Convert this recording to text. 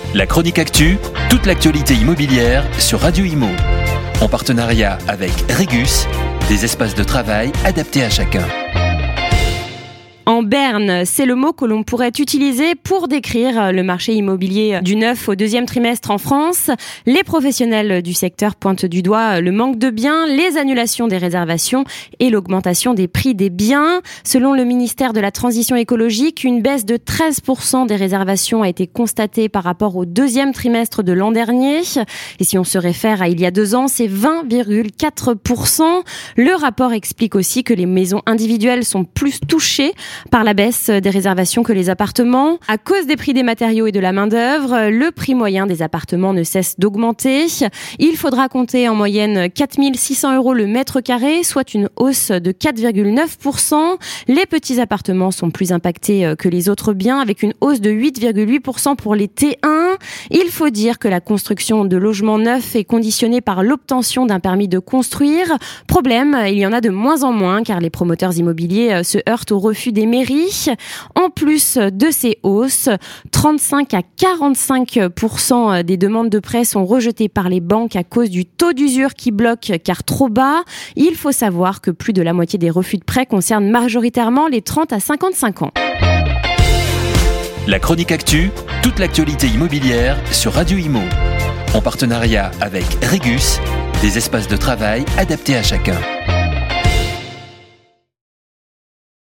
La chronique actu, toute l'actualité immobilière sur Radio Imo. En partenariat avec Regus, des espaces de travail adaptés à chacun. En berne, c'est le mot que l'on pourrait utiliser pour décrire le marché immobilier du neuf au deuxième trimestre en France. Les professionnels du secteur pointent du doigt le manque de biens, les annulations des réservations et l'augmentation des prix des biens. Selon le ministère de la Transition écologique, une baisse de 13% des réservations a été constatée par rapport au deuxième trimestre de l'an dernier. Et si on se réfère à il y a 2 ans, c'est 20,4%. Le rapport explique aussi que les maisons individuelles sont plus touchées par la baisse des réservations que les appartements. À cause des prix des matériaux et de la main-d'œuvre, le prix moyen des appartements ne cesse d'augmenter. Il faudra compter en moyenne 4 600 € le mètre carré, soit une hausse de 4,9%. Les petits appartements sont plus impactés que les autres biens, avec une hausse de 8,8% pour les T1. Il faut dire que la construction de logements neufs est conditionnée par l'obtention d'un permis de construire. Problème, il y en a de moins en moins, car les promoteurs immobiliers se heurtent au refus des mairies. En plus de ces hausses, 35 à 45% des demandes de prêt sont rejetées par les banques à cause du taux d'usure qui bloque car trop bas. Il faut savoir que plus de la moitié des refus de prêt concernent majoritairement les 30 à 55 ans. La chronique actu, toute l'actualité immobilière sur Radio Imo. En partenariat avec Regus, des espaces de travail adaptés à chacun.